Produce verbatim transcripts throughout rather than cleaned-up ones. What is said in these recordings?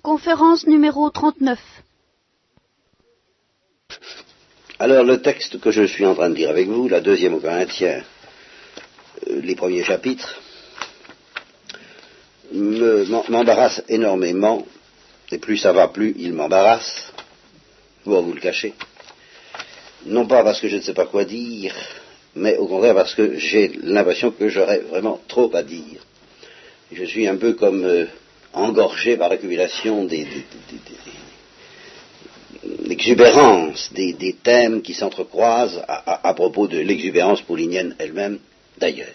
Conférence numéro trente-neuf. Alors le texte que je suis en train de dire avec vous, la deuxième aux Corinthiens, euh, les premiers chapitres, me, m'embarrasse énormément, et plus ça va, plus il m'embarrasse, pour vous le cacher. Non pas parce que je ne sais pas quoi dire, mais au contraire parce que j'ai l'impression que j'aurais vraiment trop à dire. Je suis un peu comme euh, engorgé par l'accumulation des, des, des, des, des l'exubérance des, des thèmes qui s'entrecroisent à, à, à propos de l'exubérance paulinienne elle-même, d'ailleurs.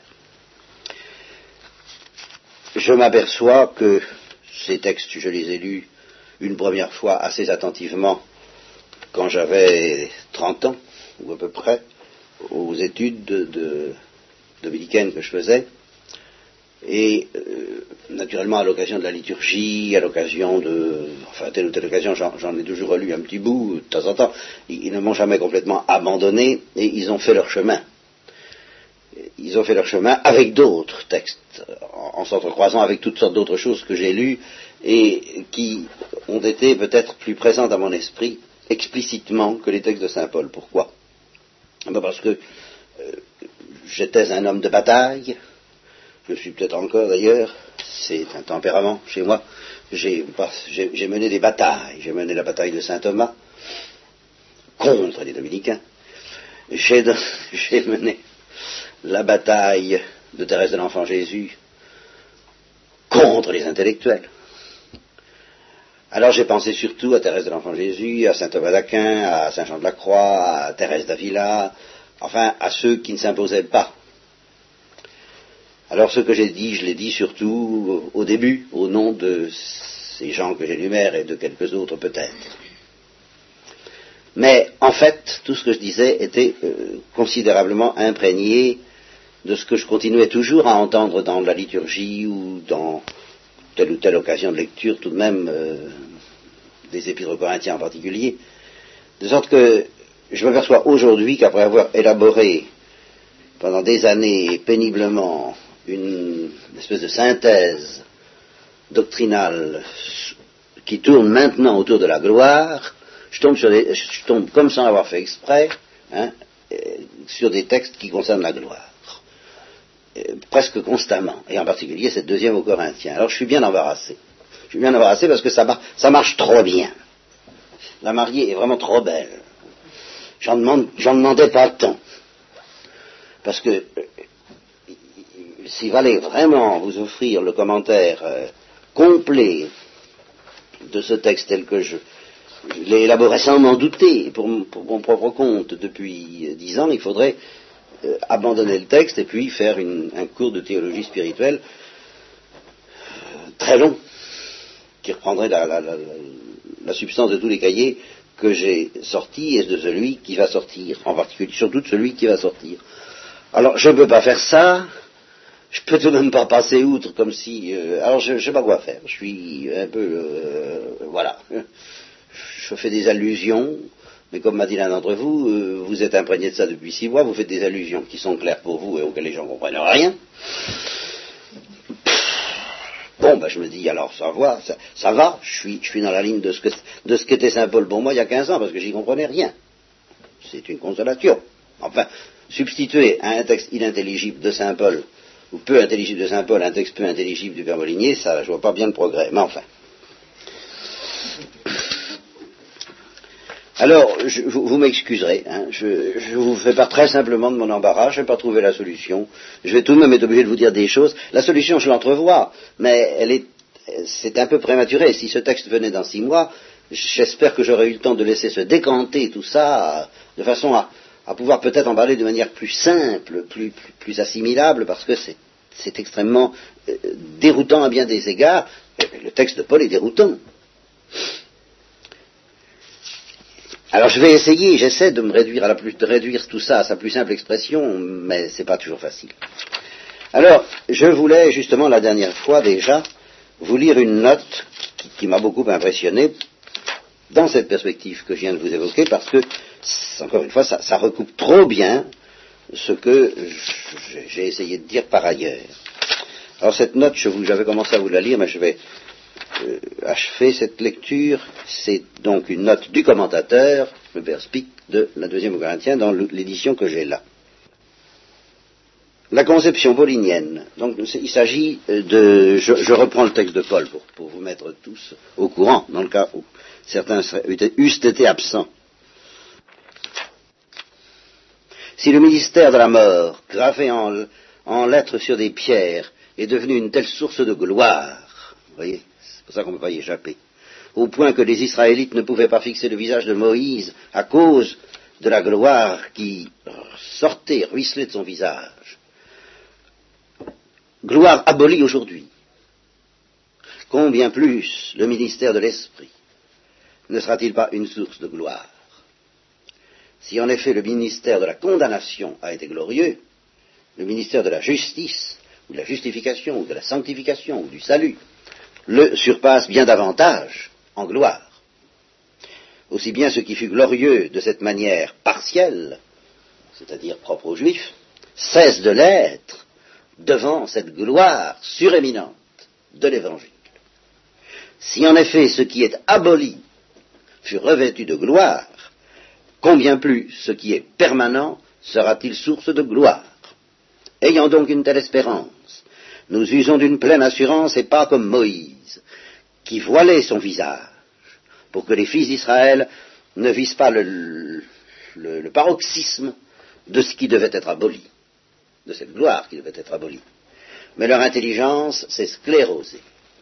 Je m'aperçois que ces textes, je les ai lus une première fois assez attentivement quand j'avais trente ans, ou à peu près, aux études de, de, dominicaines que je faisais, et euh, naturellement à l'occasion de la liturgie, à l'occasion de, enfin à telle ou telle occasion, j'en, j'en ai toujours relu un petit bout, de temps en temps, ils, ils ne m'ont jamais complètement abandonné, et ils ont fait leur chemin. Ils ont fait leur chemin avec d'autres textes, en, en s'entrecroisant avec toutes sortes d'autres choses que j'ai lues, et qui ont été peut-être plus présentes à mon esprit, explicitement, que les textes de saint Paul. Pourquoi ? Ben parce que euh, j'étais un homme de bataille, je suis peut-être encore d'ailleurs, c'est un tempérament chez moi, j'ai, j'ai, j'ai mené des batailles, j'ai mené la bataille de saint Thomas contre les dominicains, j'ai, j'ai mené la bataille de Thérèse de l'Enfant Jésus contre les intellectuels. Alors j'ai pensé surtout à Thérèse de l'Enfant Jésus, à saint Thomas d'Aquin, à saint Jean de la Croix, à Thérèse d'Avila, enfin à ceux qui ne s'imposaient pas. Alors ce que j'ai dit, je l'ai dit surtout au début, au nom de ces gens que j'énumère et de quelques autres peut-être. Mais en fait, tout ce que je disais était euh, considérablement imprégné de ce que je continuais toujours à entendre dans la liturgie ou dans telle ou telle occasion de lecture, tout de même euh, des épîtres aux Corinthiens en particulier, de sorte que je m'aperçois aujourd'hui qu'après avoir élaboré pendant des années péniblement une espèce de synthèse doctrinale qui tourne maintenant autour de la gloire, je tombe, sur des, je tombe comme sans avoir fait exprès, hein, sur des textes qui concernent la gloire. Presque constamment, et en particulier cette deuxième aux Corinthiens. Alors je suis bien embarrassé. Je suis bien embarrassé parce que ça, mar- ça marche trop bien. La mariée est vraiment trop belle. J'en, demande, j'en demandais pas tant. Parce que euh, s'il fallait vraiment vous offrir le commentaire euh, complet de ce texte tel que je, je l'ai élaboré sans m'en douter pour, pour mon propre compte depuis euh, dix ans, il faudrait Euh, abandonner le texte et puis faire une, un cours de théologie spirituelle euh, très long, qui reprendrait la, la, la, la substance de tous les cahiers que j'ai sortis et de celui qui va sortir, en particulier surtout de celui qui va sortir. Alors je ne peux pas faire ça, je peux tout de même pas passer outre comme si... Euh, alors je ne sais pas quoi faire, je suis un peu... Euh, voilà, je fais des allusions. Mais comme m'a dit l'un d'entre vous, euh, vous êtes imprégné de ça depuis six mois, vous faites des allusions qui sont claires pour vous et auxquelles les gens ne comprennent rien. Bon, ben je me dis, alors ça va, ça, ça va, je suis, je suis dans la ligne de ce, que, de ce qu'était saint Paul pour moi il y a quinze ans, parce que j'y comprenais rien. C'est une consolation. Enfin, substituer à un texte inintelligible de saint Paul, ou peu intelligible de saint Paul, un texte peu intelligible du Père Molinier, ça, je vois pas bien le progrès, mais enfin... Alors, je, vous, vous m'excuserez, hein, je, je vous fais part très simplement de mon embarras, je ne vais pas trouver la solution, je vais tout de même être obligé de vous dire des choses. La solution, je l'entrevois, mais elle est, c'est un peu prématuré. Si ce texte venait dans six mois, j'espère que j'aurai eu le temps de laisser se décanter tout ça, de façon à, à pouvoir peut-être en parler de manière plus simple, plus, plus, plus assimilable, parce que c'est, c'est extrêmement euh, déroutant à bien des égards. Le texte de Paul est déroutant. Alors je vais essayer, j'essaie de me réduire à la plus, de réduire tout ça à sa plus simple expression, mais c'est pas toujours facile. Alors, je voulais justement la dernière fois déjà vous lire une note qui, qui m'a beaucoup impressionné dans cette perspective que je viens de vous évoquer, parce que, encore une fois, ça, ça recoupe trop bien ce que j'ai essayé de dire par ailleurs. Alors cette note, je vous, j'avais commencé à vous la lire, mais je vais euh, achever cette lecture. C'est donc une note du commentateur, le Perspic, de la deuxième aux Corinthiens, dans l'édition que j'ai là. La conception paulinienne. Donc il s'agit de... Je, je reprends le texte de Paul pour, pour vous mettre tous au courant, dans le cas où certains seraient, eussent été absents. Si le ministère de la mort, gravé en, en lettres sur des pierres, est devenu une telle source de gloire, vous voyez, c'est pour ça qu'on ne peut pas y échapper, au point que les Israélites ne pouvaient pas fixer le visage de Moïse à cause de la gloire qui sortait, ruisselait de son visage. Gloire abolie aujourd'hui. Combien plus le ministère de l'Esprit ne sera-t-il pas une source de gloire? Si en effet le ministère de la condamnation a été glorieux, le ministère de la justice, ou de la justification, ou de la sanctification, ou du salut, le surpasse bien davantage en gloire. Aussi bien ce qui fut glorieux de cette manière partielle, c'est-à-dire propre aux Juifs, cesse de l'être devant cette gloire suréminente de l'Évangile. Si en effet ce qui est aboli fut revêtu de gloire, combien plus ce qui est permanent sera-t-il source de gloire? Ayant donc une telle espérance, nous usons d'une pleine assurance et pas comme Moïse, qui voilait son visage, pour que les fils d'Israël ne visent pas le, le, le paroxysme de ce qui devait être aboli, de cette gloire qui devait être abolie. Mais leur intelligence s'est sclérosée.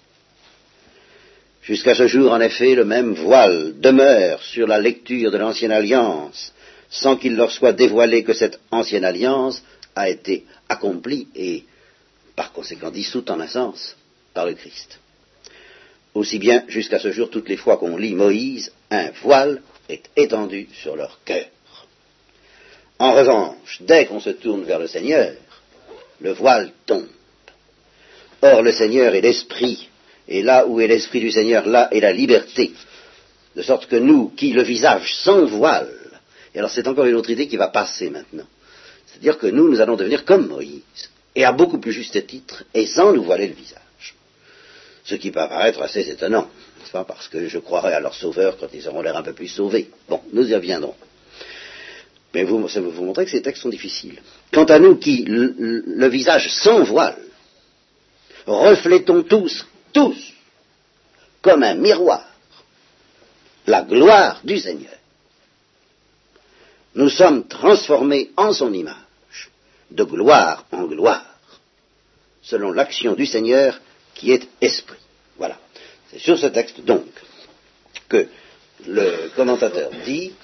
Jusqu'à ce jour, en effet, le même voile demeure sur la lecture de l'Ancienne Alliance, sans qu'il leur soit dévoilé que cette Ancienne Alliance a été accomplie et, par conséquent, dissoute en un sens par le Christ. Aussi bien, jusqu'à ce jour, toutes les fois qu'on lit Moïse, un voile est étendu sur leur cœur. En revanche, dès qu'on se tourne vers le Seigneur, le voile tombe. Or, le Seigneur est l'Esprit, et là où est l'Esprit du Seigneur, là est la liberté. De sorte que nous, qui le visage sans voile, et alors c'est encore une autre idée qui va passer maintenant, c'est-à-dire que nous, nous allons devenir comme Moïse, et à beaucoup plus juste titre, et sans nous voiler le visage. Ce qui peut paraître assez étonnant, n'est-ce pas, parce que je croirais à leur sauveur quand ils auront l'air un peu plus sauvés. Bon, nous y reviendrons. Mais vous, ça vous montrer que ces textes sont difficiles. Quant à nous qui, le, le visage sans voile, reflétons tous, tous, comme un miroir, la gloire du Seigneur, nous sommes transformés en son image, de gloire en gloire, selon l'action du Seigneur qui est esprit. Voilà. C'est sur ce texte, donc, que le commentateur dit: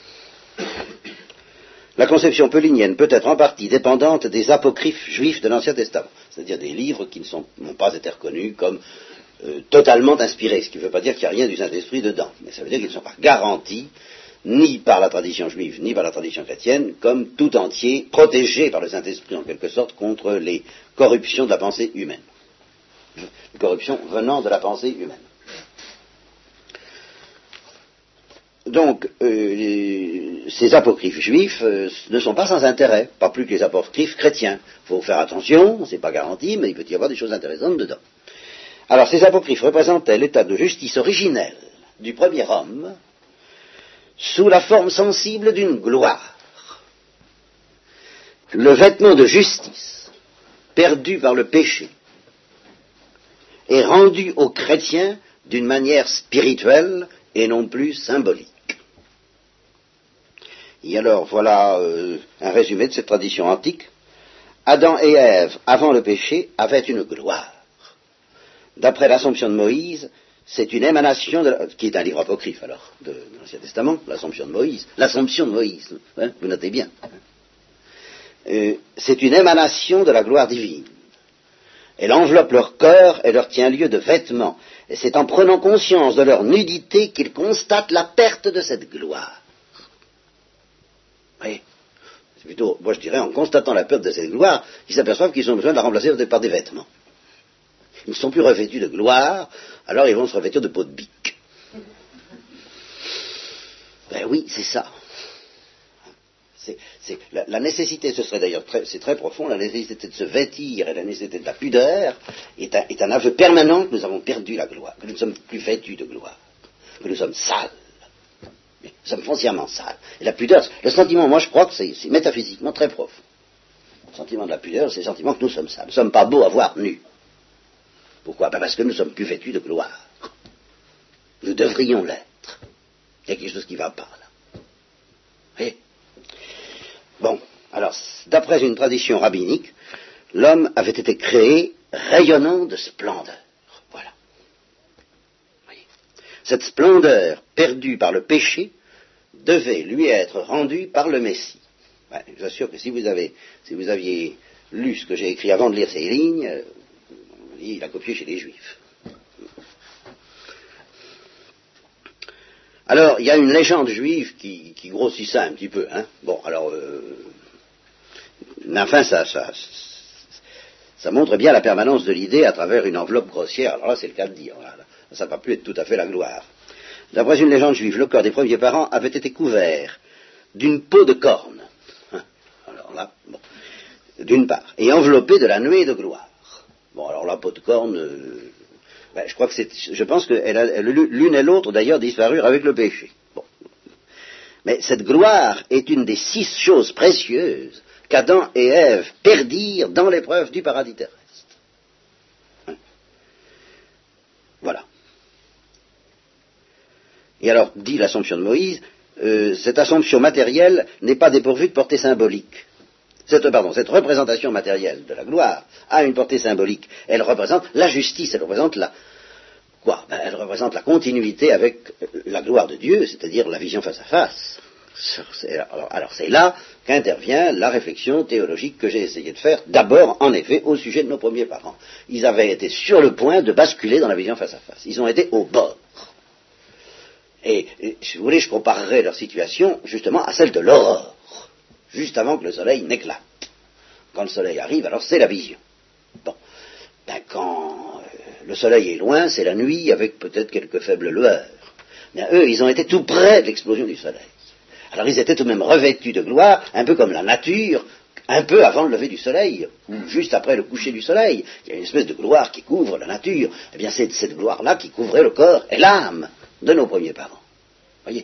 la conception paulinienne peut être en partie dépendante des apocryphes juifs de l'Ancien Testament, c'est-à-dire des livres qui n'ont pas été reconnus comme euh, totalement inspirés, ce qui ne veut pas dire qu'il n'y a rien du Saint-Esprit dedans, mais ça veut dire qu'ils ne sont pas garantis, ni par la tradition juive, ni par la tradition chrétienne, comme tout entier, protégés par le Saint-Esprit en quelque sorte contre les corruptions de la pensée humaine. Les corruptions venant de la pensée humaine. Donc, euh, ces apocryphes juifs euh, ne sont pas sans intérêt, pas plus que les apocryphes chrétiens. Il faut faire attention, c'est pas garanti, mais il peut y avoir des choses intéressantes dedans. Alors, ces apocryphes représentaient l'état de justice originelle du premier homme sous la forme sensible d'une gloire. Le vêtement de justice, perdu par le péché, est rendu aux chrétiens d'une manière spirituelle et non plus symbolique. Et alors, voilà euh, un résumé de cette tradition antique. Adam et Ève, avant le péché, avaient une gloire. D'après l'Assomption de Moïse, c'est une émanation, de la, qui est un livre apocryphe alors, de, de l'Ancien Testament, l'Assomption de Moïse. L'Assomption de Moïse, hein, vous notez bien. Euh, c'est une émanation de la gloire divine. Elle enveloppe leur corps et leur tient lieu de vêtements. Et c'est en prenant conscience de leur nudité qu'ils constatent la perte de cette gloire. Oui. C'est plutôt, moi je dirais, en constatant la perte de cette gloire, ils s'aperçoivent qu'ils ont besoin de la remplacer par des vêtements. Ils ne sont plus revêtus de gloire, alors ils vont se revêtir de peau de bique. Ben oui, c'est ça. C'est, c'est, la, la nécessité, ce serait d'ailleurs très, c'est très profond, la nécessité de se vêtir et la nécessité de la pudeur est un, est un aveu permanent que nous avons perdu la gloire, que nous ne sommes plus vêtus de gloire, que nous sommes sales. Nous sommes foncièrement sales. Et la pudeur, le sentiment, moi je crois que c'est, c'est métaphysiquement très profond. Le sentiment de la pudeur, c'est le sentiment que nous sommes sales. Nous ne sommes pas beaux à voir nus. Pourquoi? Ben parce que nous ne sommes plus vêtus de gloire. Nous devrions l'être. Il y a quelque chose qui ne va pas là. Vous voyez? Bon, alors, d'après une tradition rabbinique, l'homme avait été créé rayonnant de splendeur. Voilà. Voyez. Cette splendeur perdue par le péché devait lui être rendue par le Messie. Ben, je vous assure que si vous avez, si vous aviez lu ce que j'ai écrit avant de lire ces lignes, il a copié chez les Juifs. Alors, il y a une légende juive qui, qui grossit ça un petit peu. Hein. Bon, alors, euh, mais enfin, ça, ça, ça montre bien la permanence de l'idée à travers une enveloppe grossière. Alors là, c'est le cas de dire. Voilà. Ça ne va plus être tout à fait la gloire. D'après une légende juive, le corps des premiers parents avait été couvert d'une peau de corne. Hein. Alors là, bon, d'une part, et enveloppé de la nuée de gloire. Bon, alors la peau de corne... Euh, Ben, je crois que c'est, je pense que elle a, elle, l'une et l'autre d'ailleurs disparurent avec le péché. Bon. Mais cette gloire est une des six choses précieuses qu'Adam et Ève perdirent dans l'épreuve du paradis terrestre. Hein? Voilà. Et alors, dit l'Assomption de Moïse, euh, cette assomption matérielle n'est pas dépourvue de portée symbolique. Cette, pardon, cette représentation matérielle de la gloire a une portée symbolique. Elle représente la justice, elle représente la, quoi ben, elle représente la continuité avec la gloire de Dieu, c'est-à-dire la vision face à face. C'est, alors, alors c'est là qu'intervient la réflexion théologique que j'ai essayé de faire, d'abord, en effet, au sujet de nos premiers parents. Ils avaient été sur le point de basculer dans la vision face à face. Ils ont été au bord. Et, et si vous voulez, je comparerai leur situation justement à celle de l'aurore. Juste avant que le soleil n'éclate. Quand le soleil arrive, alors c'est la vision. Bon, ben quand euh, le soleil est loin, c'est la nuit avec peut-être quelques faibles lueurs. Mais eux, ils ont été tout près de l'explosion du soleil. Alors ils étaient tout de même revêtus de gloire, un peu comme la nature, un peu avant le lever du soleil, ou juste après le coucher du soleil. Il y a une espèce de gloire qui couvre la nature. Eh bien, c'est cette gloire-là qui couvrait le corps et l'âme de nos premiers parents. Voyez.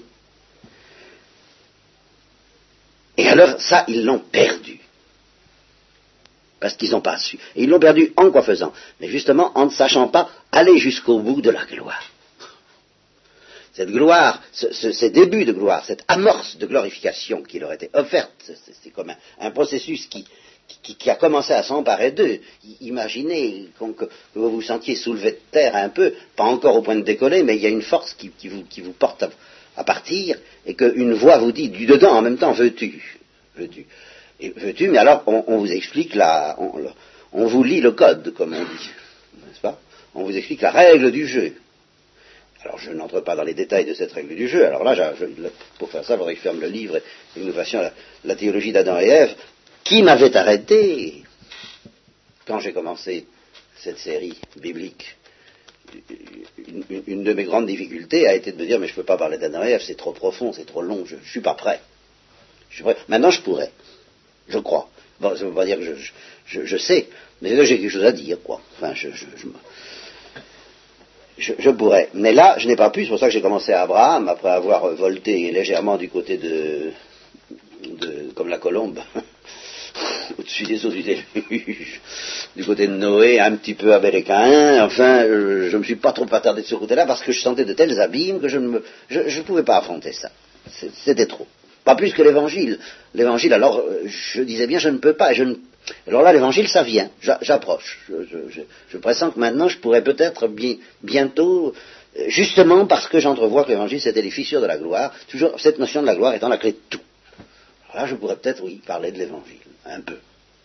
Et alors, ça, ils l'ont perdu. Parce qu'ils n'ont pas su. Et ils l'ont perdu en quoi faisant? Mais justement, en ne sachant pas aller jusqu'au bout de la gloire. Cette gloire, ce, ce, ces débuts de gloire, cette amorce de glorification qui leur était offerte, c'est, c'est comme un, un processus qui, qui, qui a commencé à s'emparer d'eux. Imaginez que, que vous vous sentiez soulevé de terre un peu, pas encore au point de décoller, mais il y a une force qui, qui, vous, qui vous porte à, à partir, et qu'une voix vous dit du dedans en même temps, veux-tu, veux-tu, et veux-tu, mais alors on, on vous explique la, on, on vous lit le code, comme on dit, n'est-ce pas? On vous explique la règle du jeu. Alors je n'entre pas dans les détails de cette règle du jeu, alors là, je, pour faire ça, il faudrait que je ferme le livre et que nous fassions la, la théologie d'Adam et Ève, qui m'avait arrêté quand j'ai commencé cette série biblique. Une, une, une de mes grandes difficultés a été de me dire, mais je ne peux pas parler d'Adam et Ève, c'est trop profond, c'est trop long, je ne suis pas prêt. Je suis prêt. Maintenant je pourrais, je crois. Bon, ça ne veut pas dire que je, je, je, je sais, mais là j'ai quelque chose à dire, quoi. Enfin, je, je, je, je, je pourrais. Mais là, je n'ai pas pu, c'est pour ça que j'ai commencé à Abraham, après avoir volté légèrement du côté de, de comme la colombe, au-dessus des eaux du déluge, du côté de Noé, un petit peu Abel et Caïn, enfin, euh, je ne me suis pas trop attardé de ce côté-là, parce que je sentais de tels abîmes que je ne me, je ne pouvais pas affronter ça. C'était trop. Pas plus que l'évangile. L'évangile, alors, je disais bien, je ne peux pas, je ne... Alors là, l'évangile, ça vient, j'approche. Je, je, je, je pressens que maintenant, je pourrais peut-être bien, bientôt, justement parce que j'entrevois que l'évangile, c'était les fissures de la gloire, toujours cette notion de la gloire étant la clé de tout. Alors là, je pourrais peut-être, oui, parler de l'évangile, un peu.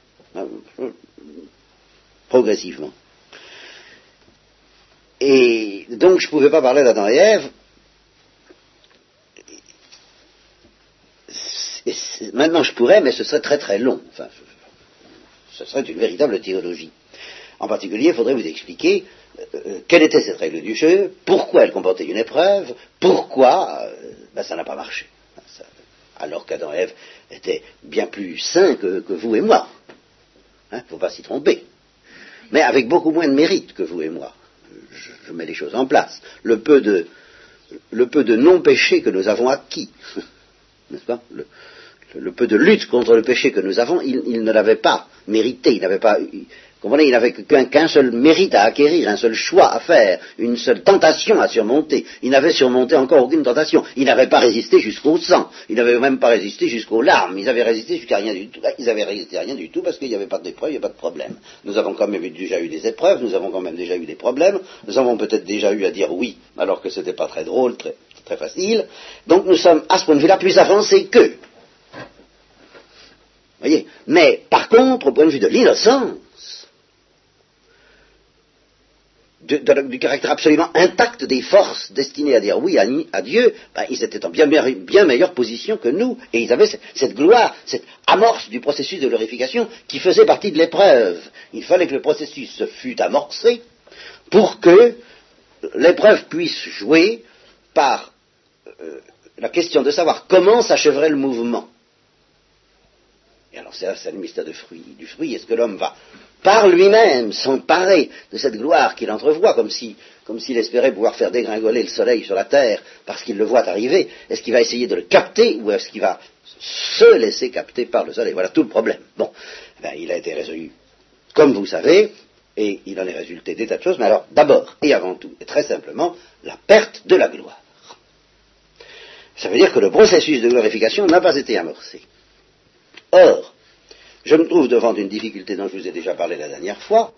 Progressivement. Et donc, je ne pouvais pas parler d'Adam et Ève. Et maintenant, je pourrais, mais ce serait très très long. Enfin, ce serait une véritable théologie. En particulier, il faudrait vous expliquer euh, quelle était cette règle du jeu, pourquoi elle comportait une épreuve, pourquoi euh, ben, ça n'a pas marché. Ça, alors qu'Adam et Ève étaient bien plus saints que, que vous et moi. Il hein, ne faut pas s'y tromper. Mais avec beaucoup moins de mérite que vous et moi. Je, je mets les choses en place. Le peu de, le peu de non-péché que nous avons acquis, n'est-ce pas, le, le peu de lutte contre le péché que nous avons, il, il ne l'avait pas mérité, il n'avait pas, il, comprenez, il n'avait qu'un, qu'un seul mérite à acquérir, un seul choix à faire, une seule tentation à surmonter. Il n'avait surmonté encore aucune tentation. Il n'avait pas résisté jusqu'au sang. Il n'avait même pas résisté jusqu'aux larmes. Ils avaient résisté jusqu'à rien du tout. Ils avaient résisté à rien du tout parce qu'il n'y avait pas d'épreuve, il n'y avait pas de problème. Nous avons quand même déjà eu des épreuves, nous avons quand même déjà eu des problèmes, nous avons peut-être déjà eu à dire oui, alors que c'était pas très drôle, très, très facile. Donc nous sommes à ce point de vue-là plus avancés qu'eux. Voyez. Mais par contre, au point de vue de l'innocence, de, de, du caractère absolument intact des forces destinées à dire oui à, à Dieu, ben, ils étaient en bien, bien meilleure position que nous, et ils avaient cette, cette gloire, cette amorce du processus de glorification qui faisait partie de l'épreuve. Il fallait que le processus se fût amorcé pour que l'épreuve puisse jouer par euh, la question de savoir comment s'achèverait le mouvement. Et alors c'est, c'est le mystère de fruit, du fruit. Est-ce que l'homme va, par lui-même, s'emparer de cette gloire qu'il entrevoit, comme si, comme s'il espérait pouvoir faire dégringoler le soleil sur la terre, parce qu'il le voit arriver? Est-ce qu'il va essayer de le capter, ou est-ce qu'il va se laisser capter par le soleil? Voilà tout le problème. Bon, ben, il a été résolu, comme vous savez, et il en est résulté des tas de choses, mais alors, d'abord, et avant tout, et très simplement, la perte de la gloire. Ça veut dire que le processus de glorification n'a pas été amorcé. Or, je me trouve devant une difficulté dont je vous ai déjà parlé la dernière fois.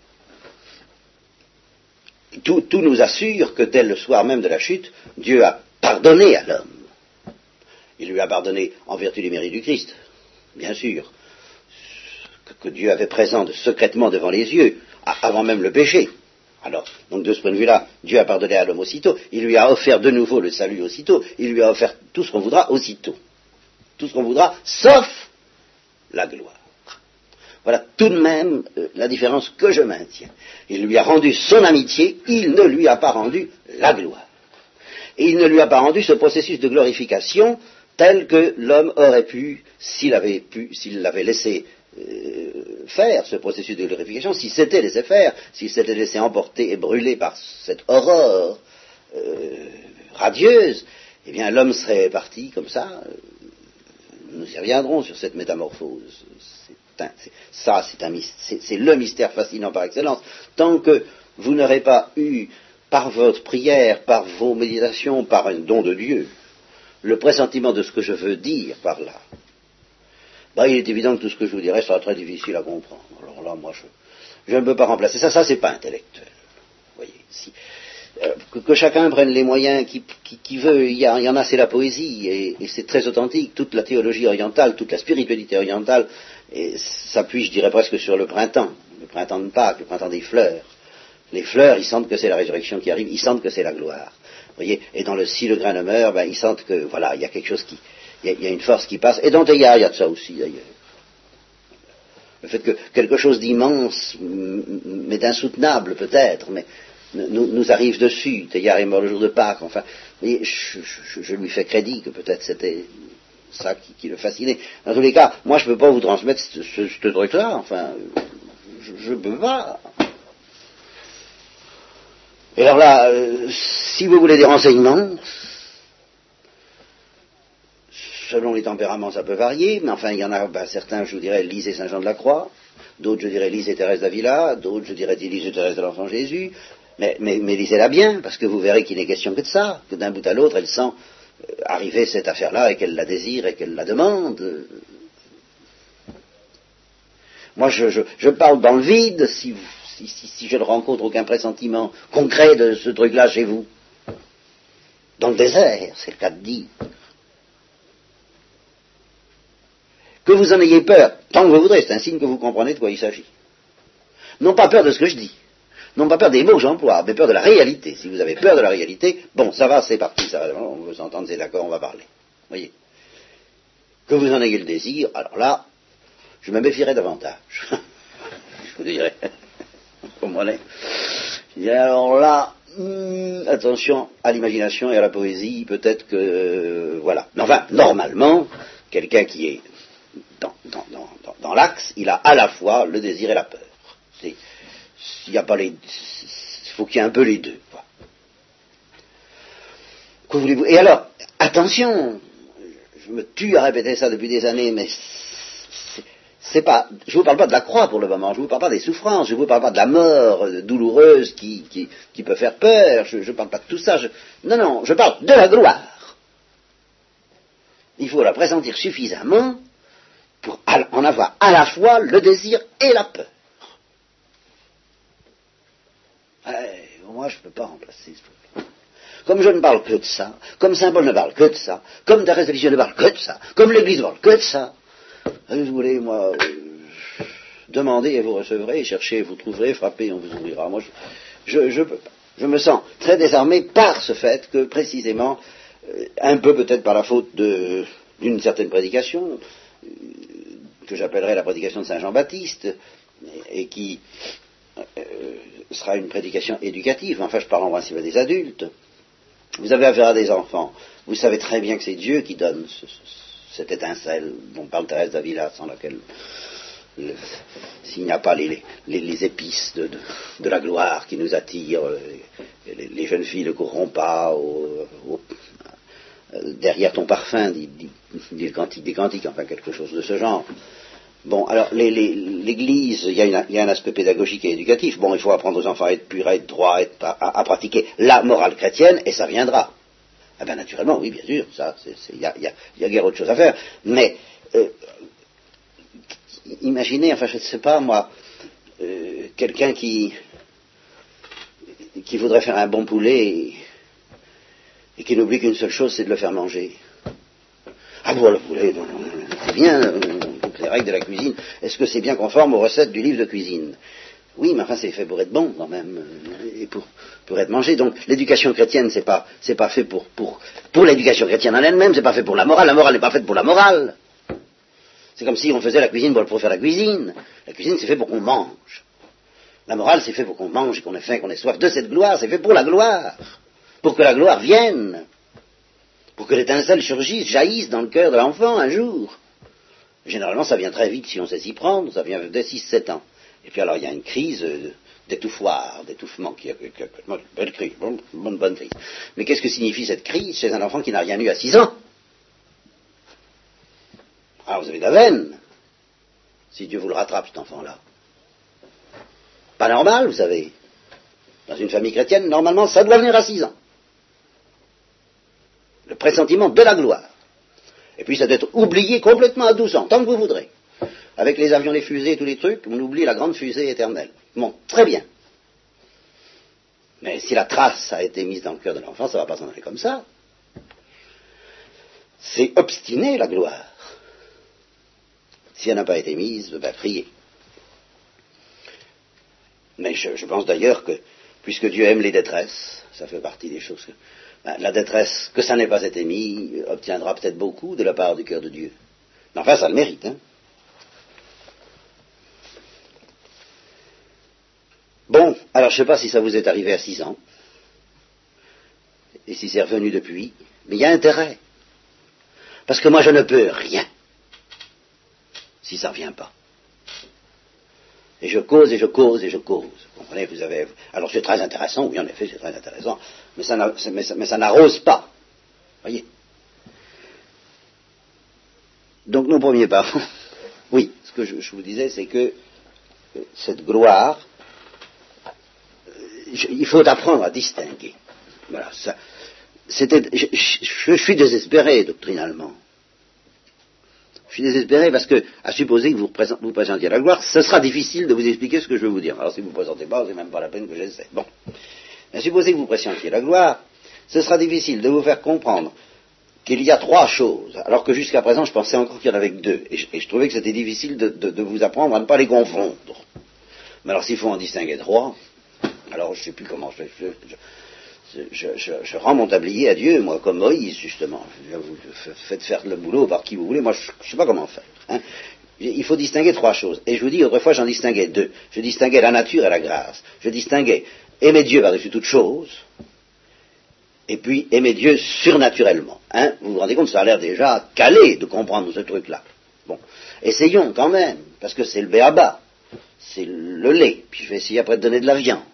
Tout, tout nous assure que dès le soir même de la chute, Dieu a pardonné à l'homme. Il lui a pardonné en vertu des mérites du Christ, bien sûr, que, que Dieu avait présent de, secrètement devant les yeux, à, avant même le péché. Alors, donc de ce point de vue-là, Dieu a pardonné à l'homme aussitôt, il lui a offert de nouveau le salut aussitôt, il lui a offert tout ce qu'on voudra aussitôt. Tout ce qu'on voudra, sauf la gloire. Voilà tout de même euh, la différence que je maintiens. Il lui a rendu son amitié, il ne lui a pas rendu la gloire. Et il ne lui a pas rendu ce processus de glorification tel que l'homme aurait pu, s'il avait pu, s'il l'avait laissé euh, faire, ce processus de glorification, s'il s'était laissé faire, s'il s'était laissé emporter et brûler par cette aurore euh, radieuse, eh bien l'homme serait parti comme ça. Euh, Nous y reviendrons sur cette métamorphose. C'est un, c'est, ça, c'est, un, c'est, c'est le mystère fascinant par excellence. Tant que vous n'aurez pas eu, par votre prière, par vos méditations, par un don de Dieu, le pressentiment de ce que je veux dire par là, ben, il est évident que tout ce que je vous dirai sera très difficile à comprendre. Alors là, moi, je, je ne peux pas remplacer ça. Ça, c'est pas intellectuel. Vous voyez, si... Euh, que, que chacun prenne les moyens qui, qui, qui veut, il y, a, il y en a, c'est la poésie, et, et c'est très authentique, toute la théologie orientale, toute la spiritualité orientale, et s'appuie, je dirais presque sur le printemps, le printemps de Pâques, le printemps des fleurs. Les fleurs, ils sentent que c'est la résurrection qui arrive, ils sentent que c'est la gloire. Vous voyez, et dans le si le grain ne meurt, ben, ils sentent que, voilà, il y a quelque chose qui, il y a, il y a une force qui passe, et dans Teilhard, il y a de ça aussi, d'ailleurs. Le fait que quelque chose d'immense, mais d'insoutenable peut-être, mais Nous, nous arrive dessus. Teilhard est mort le jour de Pâques. Enfin, vous voyez, je, je, je lui fais crédit que peut-être c'était ça qui, qui le fascinait. Dans tous les cas, moi je ne peux pas vous transmettre ce, ce, ce truc-là. Enfin, je ne peux pas. Et alors là, euh, si vous voulez des renseignements, selon les tempéraments, ça peut varier, mais enfin, il y en a ben, certains, je vous dirais, lisez Saint Jean de la Croix, d'autres, je dirais, lisez Thérèse d'Avila, d'autres, je dirais, lisez Thérèse de l'Enfant Jésus. Mais, mais, mais lisez-la bien, parce que vous verrez qu'il n'est question que de ça, que d'un bout à l'autre, elle sent euh, arriver cette affaire-là et qu'elle la désire et qu'elle la demande. Moi, je, je, je parle dans le vide, si, si, si, si je ne rencontre aucun pressentiment concret de ce truc-là chez vous. Dans le désert, c'est le cas de dire. Que vous en ayez peur, tant que vous voudrez, c'est un signe que vous comprenez de quoi il s'agit. Non pas peur de ce que je dis. Non pas peur des mots que j'emploie, mais peur de la réalité. Si vous avez peur de la réalité, bon, ça va, c'est parti, ça va, on veut s'entendre, c'est d'accord, on va parler. Voyez. Que vous en ayez le désir, alors là, je me méfierais davantage. Je vous dirais. Vous comprenez? Je dirais, alors là, hum, attention à l'imagination et à la poésie, peut-être que, euh, voilà. Mais enfin, normalement, quelqu'un qui est dans, dans, dans, dans, dans l'axe, il a à la fois le désir et la peur. C'est, s'il y a pas les, il faut qu'il y ait un peu les deux. Quoi. Que voulez-vous ? Et alors, attention, je me tue à répéter ça depuis des années, mais c'est, c'est pas, je vous parle pas de la croix pour le moment, je vous parle pas des souffrances, je vous parle pas de la mort douloureuse qui, qui, qui peut faire peur, je, je parle pas de tout ça, je, non, non, je parle de la gloire. Il faut la pressentir suffisamment pour en avoir à la fois le désir et la peur. Ouais, moi je ne peux pas remplacer ce truc. Comme je ne parle que de ça, comme Saint Paul ne parle que de ça, comme Thérèse de Lisieux ne parle que de ça, comme l'Église ne parle que de ça, vous voulez, moi, euh, demandez et vous recevrez, cherchez et vous trouverez, frappez et on vous ouvrira. Moi, je je peux pas. Je me sens très désarmé par ce fait que, précisément, euh, un peu peut-être par la faute de, d'une certaine prédication, euh, que j'appellerais la prédication de Saint Jean-Baptiste, et, et qui euh, sera une prédication éducative, enfin je parle en principe à des adultes. Vous avez affaire à des enfants, vous savez très bien que c'est Dieu qui donne ce, ce, cette étincelle dont parle Thérèse d'Avila, sans laquelle, le, s'il n'y a pas les, les, les épices de, de, de la gloire qui nous attirent, les, les jeunes filles ne courront pas au, au, derrière ton parfum, dit, dit, dit le cantique des cantiques, enfin quelque chose de ce genre. Bon, alors, les, les, l'Église, il y, y a un aspect pédagogique et éducatif. Bon, il faut apprendre aux enfants à être purs, à être droits, à, être, à, à pratiquer la morale chrétienne, et ça viendra. Ah ben, naturellement, oui, bien sûr, ça, il y a, y a, y a guère autre chose à faire. Mais, euh, imaginez, enfin, je ne sais pas, moi, euh, quelqu'un qui, qui voudrait faire un bon poulet, et, et qui n'oublie qu'une seule chose, c'est de le faire manger. Ah bon, le poulet, c'est bien, euh, les règles de la cuisine, est-ce que c'est bien conforme aux recettes du livre de cuisine ? Oui, mais enfin c'est fait pour être bon quand même, et pour, pour être mangé. Donc l'éducation chrétienne, c'est pas, c'est pas fait pour, pour, pour l'éducation chrétienne en elle-même, c'est pas fait pour la morale, la morale n'est pas faite pour la morale. C'est comme si on faisait la cuisine pour faire la cuisine. La cuisine c'est fait pour qu'on mange. La morale c'est fait pour qu'on mange, qu'on ait faim, qu'on ait soif de cette gloire, c'est fait pour la gloire. Pour que la gloire vienne. Pour que l'étincelle surgisse, jaillisse dans le cœur de l'enfant un jour. Généralement, ça vient très vite si on sait s'y prendre, ça vient dès six sept ans. Et puis alors, il y a une crise d'étouffoir, d'étouffement, qui est une belle crise, une bonne, bonne crise. Mais qu'est-ce que signifie cette crise chez un enfant qui n'a rien eu à six ans ? Ah, vous avez de la veine, si Dieu vous le rattrape, cet enfant-là. Pas normal, vous savez. Dans une famille chrétienne, normalement, ça doit venir à six ans. Le pressentiment de la gloire. Et puis ça doit être oublié complètement à douze ans, tant que vous voudrez. Avec les avions, les fusées, tous les trucs, on oublie la grande fusée éternelle. Bon, très bien. Mais si la trace a été mise dans le cœur de l'enfant, ça ne va pas s'en aller comme ça. C'est obstiné, la gloire. Si elle n'a pas été mise, ben priez. Mais je, je pense d'ailleurs que, puisque Dieu aime les détresses, ça fait partie des choses que... Ben, la détresse, que ça n'ait pas été mis, obtiendra peut-être beaucoup de la part du cœur de Dieu. Mais enfin, ça le mérite, hein. Bon, alors je ne sais pas si ça vous est arrivé à six ans, et si c'est revenu depuis, mais il y a intérêt. Parce que moi je ne peux rien, si ça ne revient pas. Et je cause, et je cause, et je cause. Vous comprenez, vous avez... Alors c'est très intéressant, oui en effet c'est très intéressant, mais ça, n'a... mais ça, mais ça n'arrose pas. Voyez. Donc nos premiers parents, oui, ce que je, je vous disais, c'est que cette gloire, je, il faut apprendre à distinguer. Voilà, ça... C'était... Je, je, je suis désespéré doctrinalement. Je suis désespéré parce que, à supposer que vous vous présentiez la gloire, ce sera difficile de vous expliquer ce que je vais vous dire. Alors si vous ne vous présentez pas, c'est même pas la peine que j'essaie. Bon. Mais à supposer que vous présentiez la gloire, ce sera difficile de vous faire comprendre qu'il y a trois choses, alors que jusqu'à présent je pensais encore qu'il y en avait que deux. Et je, et je trouvais que c'était difficile de, de, de vous apprendre à ne pas les confondre. Mais alors s'il faut en distinguer trois, alors je ne sais plus comment je fais. Je, je, je, je rends mon tablier à Dieu, moi, comme Moïse, justement. Vous faites faire le boulot par qui vous voulez, moi, je ne sais pas comment faire. Hein. Il faut distinguer trois choses. Et je vous dis, autrefois, j'en distinguais deux. Je distinguais la nature et la grâce. Je distinguais aimer Dieu par-dessus toute chose, et puis aimer Dieu surnaturellement. Hein, vous vous rendez compte, ça a l'air déjà calé de comprendre ce truc-là. Bon, essayons quand même, parce que c'est le béaba, c'est le lait, puis je vais essayer après de donner de la viande.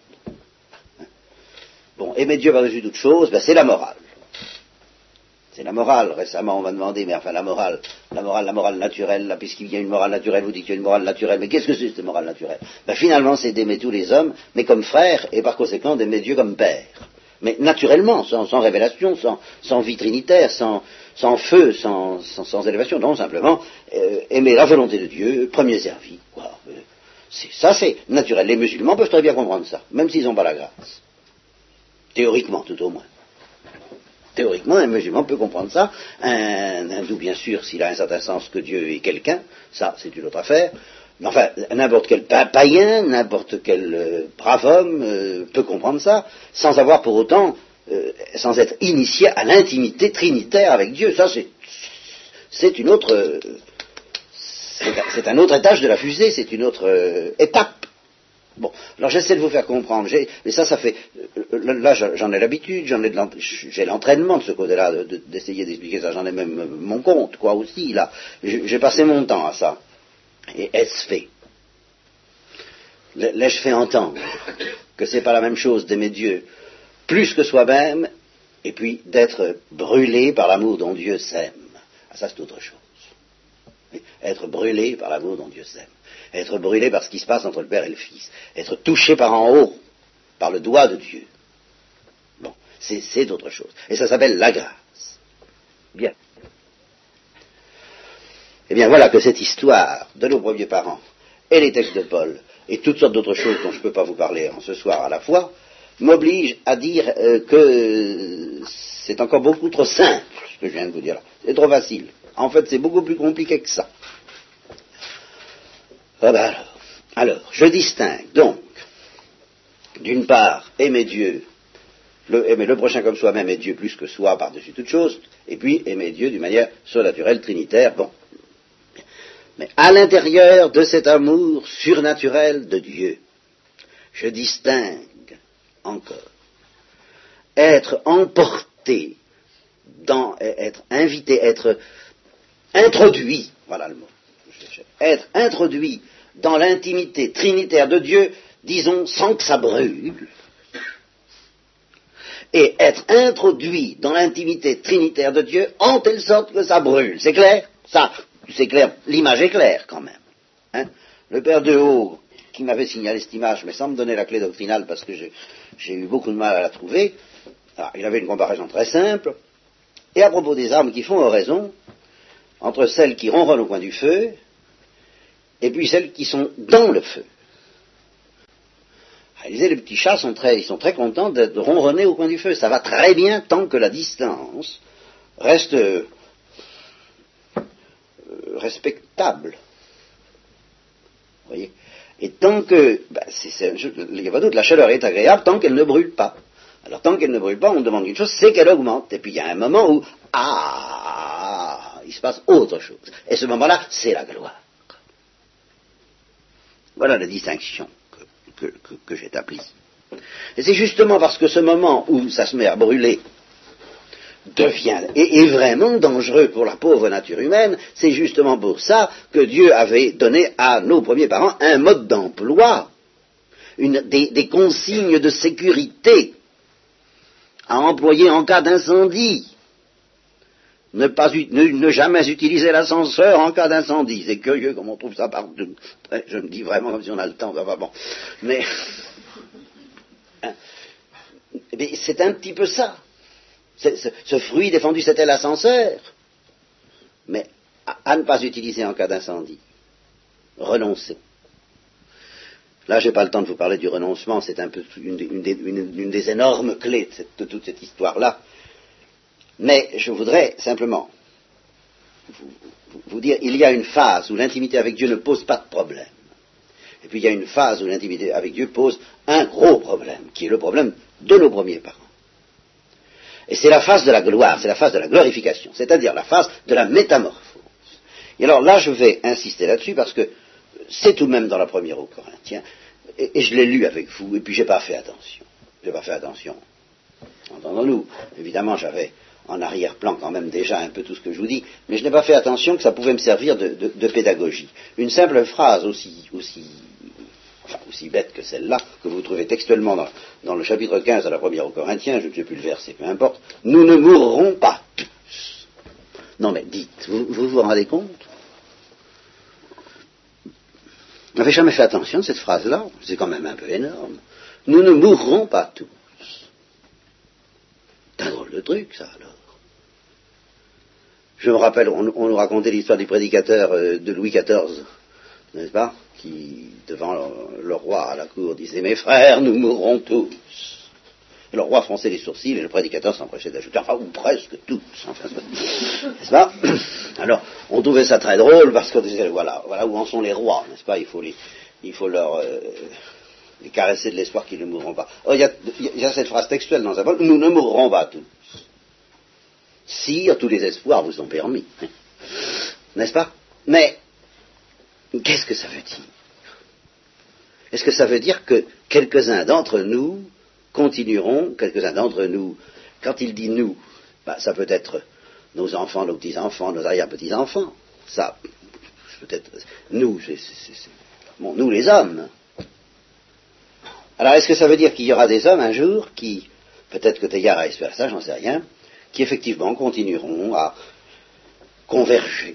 Bon, aimer Dieu par-dessus toute chose, ben c'est la morale. C'est la morale. Récemment, on m'a demandé, mais enfin la morale, la morale, la morale naturelle, là, puisqu'il y a une morale naturelle, vous dites qu'il y a une morale naturelle, mais qu'est-ce que c'est cette morale naturelle? Ben finalement, c'est d'aimer tous les hommes, mais comme frères, et par conséquent d'aimer Dieu comme père. Mais naturellement, sans, sans révélation, sans, sans vie trinitaire, sans, sans feu, sans, sans, sans élévation, non, simplement euh, aimer la volonté de Dieu, premier servi. Quoi. Euh, c'est, ça, c'est naturel. Les musulmans peuvent très bien comprendre ça, même s'ils n'ont pas la grâce. Théoriquement, tout au moins. Théoriquement, un musulman peut comprendre ça. Un hindou, bien sûr, s'il a un certain sens que Dieu est quelqu'un, ça, c'est une autre affaire. Mais enfin, n'importe quel pa- païen, n'importe quel euh, brave homme euh, peut comprendre ça, sans avoir pour autant, euh, sans être initié à l'intimité trinitaire avec Dieu. Ça, c'est, c'est une autre, euh, c'est, c'est un autre étage de la fusée, c'est une autre euh, étape. Bon, alors j'essaie de vous faire comprendre, j'ai, mais ça, ça fait, là j'en ai l'habitude, j'en ai de j'ai l'entraînement de ce côté-là, de, de, d'essayer d'expliquer ça, j'en ai même mon compte, quoi, aussi, là, j'ai passé mon temps à ça, et est-ce fait? L'ai-je fait entendre que c'est pas la même chose d'aimer Dieu plus que soi-même, et puis d'être brûlé par l'amour dont Dieu s'aime? Ah, ça c'est autre chose. Être brûlé par l'amour dont Dieu s'aime. Être brûlé par ce qui se passe entre le Père et le Fils. Être touché par en haut, par le doigt de Dieu. Bon, c'est, c'est autre chose. Et ça s'appelle la grâce. Bien. Eh bien, voilà que cette histoire de nos premiers parents, et les textes de Paul, et toutes sortes d'autres choses dont je ne peux pas vous parler en ce soir à la fois, m'oblige à dire euh, que c'est encore beaucoup trop simple, ce que je viens de vous dire là. C'est trop facile. En fait, c'est beaucoup plus compliqué que ça. Ah ben alors, alors, je distingue donc, d'une part, aimer Dieu, le, aimer le prochain comme soi-même et Dieu plus que soi par-dessus toute chose, et puis aimer Dieu d'une manière surnaturelle, trinitaire, bon. Mais à l'intérieur de cet amour surnaturel de Dieu, je distingue encore être emporté dans, être invité, être introduit, voilà le mot, être introduit dans l'intimité trinitaire de Dieu, disons, sans que ça brûle, et être introduit dans l'intimité trinitaire de Dieu en telle sorte que ça brûle. C'est clair? Ça, c'est clair, l'image est claire quand même. Hein? Le père de Haut, qui m'avait signalé cette image, mais sans me donner la clé doctrinale parce que j'ai, j'ai eu beaucoup de mal à la trouver, alors, il avait une comparaison très simple, et à propos des âmes qui font oraison, entre celles qui ronronnent au coin du feu, et puis celles qui sont dans le feu. Il disait, les petits chats sont très, ils sont très contents de, de ronronner au coin du feu. Ça va très bien tant que la distance reste euh, respectable. Vous voyez? Et tant que, ben, c'est, c'est, je, il n'y a pas doute, la chaleur est agréable tant qu'elle ne brûle pas. Alors tant qu'elle ne brûle pas, on demande une chose, c'est qu'elle augmente. Et puis il y a un moment où, ah, il se passe autre chose. Et ce moment-là, c'est la gloire. Voilà la distinction que, que, que, que j'établis. Et c'est justement parce que ce moment où ça se met à brûler devient, et est vraiment dangereux pour la pauvre nature humaine, c'est justement pour ça que Dieu avait donné à nos premiers parents un mode d'emploi, une, des, des consignes de sécurité à employer en cas d'incendie. Ne, pas, ne, ne jamais utiliser l'ascenseur en cas d'incendie. C'est curieux comme on trouve ça partout. Je me dis vraiment comme si on a le temps. Enfin bon. Mais, hein, mais c'est un petit peu ça. C'est, ce, ce fruit défendu, c'était l'ascenseur. Mais à, à ne pas utiliser en cas d'incendie. Renoncer. Là, je n'ai pas le temps de vous parler du renoncement. C'est un peu une, une, une, une des énormes clés de, cette, de toute cette histoire-là. Mais je voudrais simplement vous, vous, vous dire, il y a une phase où l'intimité avec Dieu ne pose pas de problème. Et puis il y a une phase où l'intimité avec Dieu pose un gros problème, qui est le problème de nos premiers parents. Et c'est la phase de la gloire, c'est la phase de la glorification, c'est-à-dire la phase de la métamorphose. Et alors là, je vais insister là-dessus parce que c'est tout de même dans la première aux Corinthiens, et, et je l'ai lu avec vous, et puis j'ai pas fait attention. J'ai pas fait attention. Entendons-nous. Évidemment, j'avais en arrière-plan quand même déjà un peu tout ce que je vous dis, mais je n'ai pas fait attention que ça pouvait me servir de, de, de pédagogie. Une simple phrase aussi, aussi, enfin, aussi bête que celle-là, que vous trouvez textuellement dans, dans le chapitre quinze de la première aux Corinthiens, je ne sais plus le verset, peu importe, nous ne mourrons pas tous. Non mais dites, vous vous, vous rendez compte? Vous n'avez jamais fait attention à cette phrase-là? C'est quand même un peu énorme. Nous ne mourrons pas tous. C'est un drôle de truc, ça, alors. Je me rappelle, on, on nous racontait l'histoire du prédicateur euh, de Louis quatorze, n'est-ce pas, qui, devant le, le roi à la cour, disait « Mes frères, nous mourrons tous ». Et le roi fronçait les sourcils et le prédicateur s'empressait d'ajouter « Enfin, ou presque tous ». Enfin, n'est-ce pas? Alors, on trouvait ça très drôle parce qu'on disait « Voilà, voilà où en sont les rois, n'est-ce pas? Il faut, les, il faut leur... Euh, les caresser de l'espoir qu'ils ne mourront pas. » Oh, il y a, il y a cette phrase textuelle dans sa parole, nous ne mourrons pas tous. Sire, tous les espoirs vous sont permis. N'est-ce pas? Mais, qu'est-ce que ça veut dire? Est-ce que ça veut dire que quelques-uns d'entre nous continueront, quelques-uns d'entre nous, quand il dit nous, bah, ça peut être nos enfants, nos petits-enfants, nos arrière-petits-enfants, ça, peut-être, nous, c'est, c'est, c'est, bon, nous les hommes. Alors, est-ce que ça veut dire qu'il y aura des hommes un jour qui, peut-être que Teilhard a espéré ça, j'en sais rien, qui effectivement continueront à converger,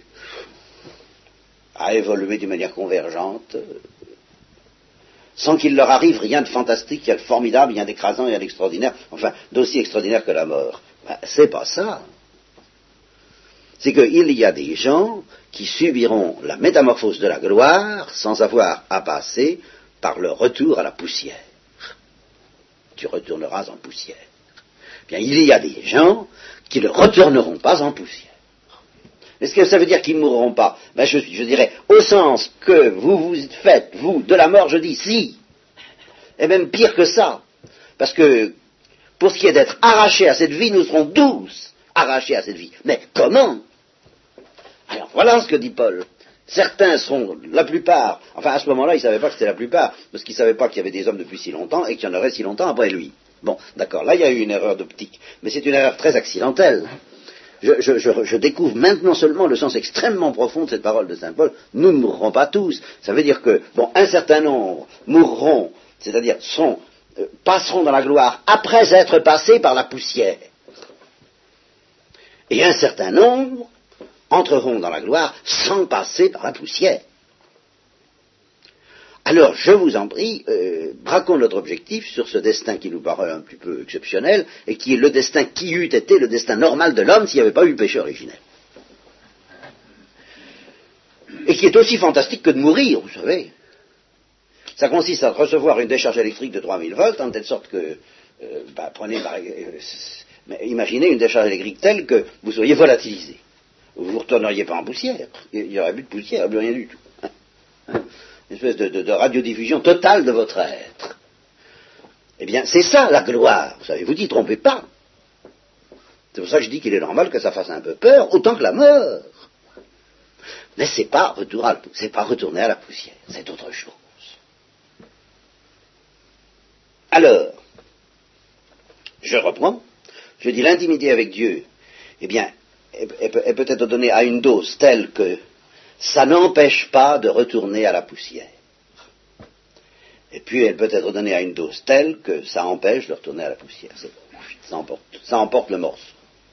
à évoluer d'une manière convergente, sans qu'il leur arrive rien de fantastique, rien de formidable, rien d'écrasant, rien d'extraordinaire, enfin, d'aussi extraordinaire que la mort. Ben, c'est pas ça. C'est qu'il y a des gens qui subiront la métamorphose de la gloire sans avoir à passer par le retour à la poussière. Tu retourneras en poussière. Bien, il y a des gens qui ne retourneront pas en poussière. Est-ce que ça veut dire qu'ils ne mourront pas? Ben, je, je dirais, au sens que vous vous faites, vous, de la mort, je dis, si. Et même pire que ça. Parce que, pour ce qui est d'être arrachés à cette vie, nous serons tous arrachés à cette vie. Mais comment? Alors, voilà ce que dit Paul. Certains seront, la plupart, enfin à ce moment-là, ils ne savaient pas que c'était la plupart, parce qu'ils ne savaient pas qu'il y avait des hommes depuis si longtemps et qu'il y en aurait si longtemps après lui. Bon, d'accord, là il y a eu une erreur d'optique, mais c'est une erreur très accidentelle. Je, je, je, je découvre maintenant seulement le sens extrêmement profond de cette parole de saint Paul. Nous ne mourrons pas tous. Ça veut dire que, bon, un certain nombre mourront, c'est-à-dire sont, euh, passeront dans la gloire après être passés par la poussière. Et un certain nombre entreront dans la gloire sans passer par la poussière. Alors, je vous en prie, euh, braquons notre objectif sur ce destin qui nous paraît un petit peu exceptionnel, et qui est le destin qui eût été le destin normal de l'homme s'il n'y avait pas eu le péché originel. Et qui est aussi fantastique que de mourir, vous savez. Ça consiste à recevoir une décharge électrique de trois mille volts, en telle sorte que, euh, bah, prenez, bah, euh, imaginez une décharge électrique telle que vous soyez volatilisé. Vous ne retourneriez pas en poussière. Il n'y aurait plus de poussière, plus rien du tout. Hein, hein, une espèce de, de, de radiodiffusion totale de votre être. Eh bien, c'est ça la gloire. Vous savez, vous n'y trompez pas. C'est pour ça que je dis qu'il est normal que ça fasse un peu peur, autant que la mort. Mais c'est pas retour à, c'est pas retourner à la poussière, c'est autre chose. Alors, je reprends, je dis l'intimité avec Dieu, eh bien, est peut-être donnée à une dose telle que ça n'empêche pas de retourner à la poussière. Et puis elle peut être donnée à une dose telle que ça empêche de retourner à la poussière. Ça emporte, ça emporte le morceau.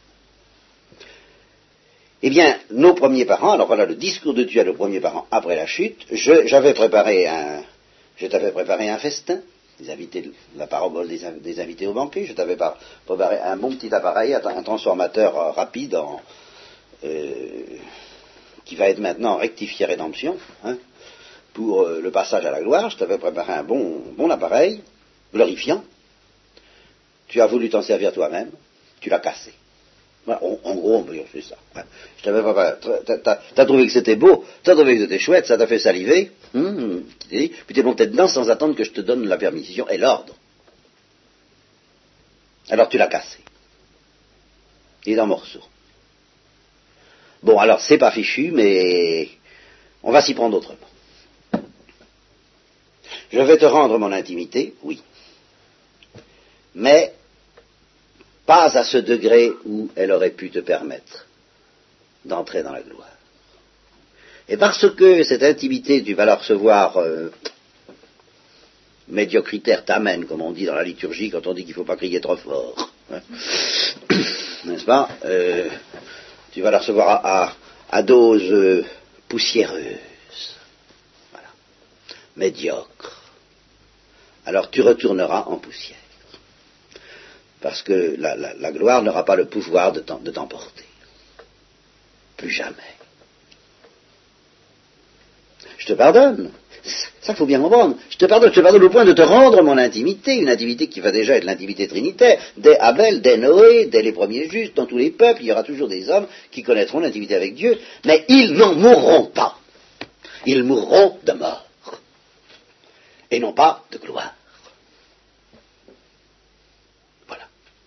Eh bien, nos premiers parents, alors voilà le discours de Dieu à nos premiers parents après la chute, je, j'avais préparé un, je t'avais préparé un festin, des invités, la parabole des, des invités au banquet, je t'avais préparé un bon petit appareil, un transformateur euh, rapide en, euh, qui va être maintenant rectifié rédemption, hein, pour euh, le passage à la gloire. Je t'avais préparé un bon, bon appareil, glorifiant. Tu as voulu t'en servir toi-même, tu l'as cassé. Voilà, en, en gros, on peut dire c'est ça. Ouais. Je t'avais préparé, t'as, t'as, t'as trouvé que c'était beau, t'as trouvé que c'était chouette, ça t'a fait saliver, hum, puis t'es monté dedans sans attendre que je te donne la permission et l'ordre. Alors tu l'as cassé. Il est en morceaux. Bon, alors c'est pas fichu, mais on va s'y prendre autrement. Je vais te rendre mon intimité, oui. Mais pas à ce degré où elle aurait pu te permettre d'entrer dans la gloire. Et parce que cette intimité, tu vas la recevoir euh, médiocritaire t'amène, comme on dit dans la liturgie, quand on dit qu'il ne faut pas crier trop fort. Hein, n'est-ce pas euh, Tu vas la recevoir à, à, à dose euh, poussiéreuse, voilà, médiocre. Alors tu retourneras en poussière. Parce que la, la, la gloire n'aura pas le pouvoir de, de t'emporter. Plus jamais. Je te pardonne. Ça, il faut bien comprendre. Je te pardonne, je te pardonne au point de te rendre mon intimité, une intimité qui va déjà être l'intimité trinitaire. Dès Abel, dès Noé, dès les premiers justes, dans tous les peuples, il y aura toujours des hommes qui connaîtront l'intimité avec Dieu, mais ils n'en mourront pas. Ils mourront de mort. Et non pas de gloire. Voilà.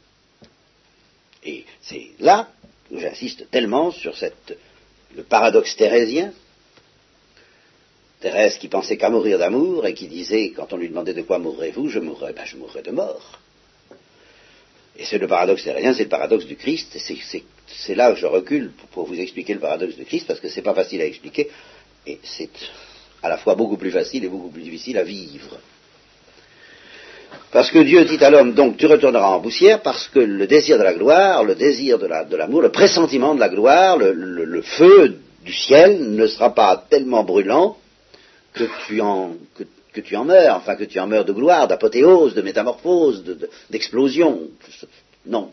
Et c'est là où j'insiste tellement sur cette, le paradoxe thérésien. Thérèse qui pensait qu'à mourir d'amour et qui disait, quand on lui demandait de quoi mourrez-vous, je mourrais, ben je mourrais de mort. Et c'est le paradoxe thérésien, c'est le paradoxe du Christ, et c'est, c'est, c'est là que je recule pour, pour vous expliquer le paradoxe du Christ, parce que c'est pas facile à expliquer, et c'est à la fois beaucoup plus facile et beaucoup plus difficile à vivre. Parce que Dieu dit à l'homme, donc tu retourneras en poussière, parce que le désir de la gloire, le désir de, la, de l'amour, le pressentiment de la gloire, le, le, le feu du ciel ne sera pas tellement brûlant que tu en, que, que tu en meurs, enfin que tu en meurs de gloire, d'apothéose, de métamorphose, de, de, d'explosion. Non.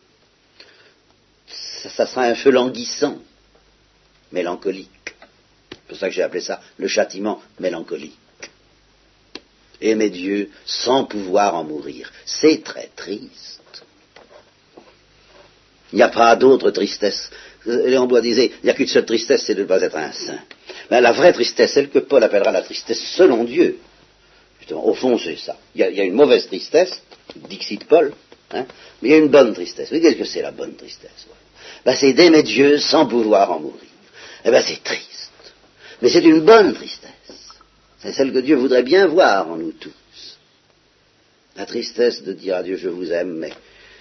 Ça, ça sera un feu languissant, mélancolique. C'est pour ça que j'ai appelé ça le châtiment mélancolique. Aimer Dieu sans pouvoir en mourir, c'est très triste. Il n'y a pas d'autre tristesse. Léon Bloy disait, il n'y a qu'une seule tristesse, c'est de ne pas être un saint. Mais la vraie tristesse, celle que Paul appellera la tristesse selon Dieu, justement, au fond c'est ça. Il y a, il y a une mauvaise tristesse, dixit Paul, hein, mais il y a une bonne tristesse. Oui, qu'est-ce que c'est la bonne tristesse? Ben, c'est d'aimer Dieu sans pouvoir en mourir. Eh bien c'est triste, mais c'est une bonne tristesse. C'est celle que Dieu voudrait bien voir en nous tous. La tristesse de dire à Dieu je vous aime, mais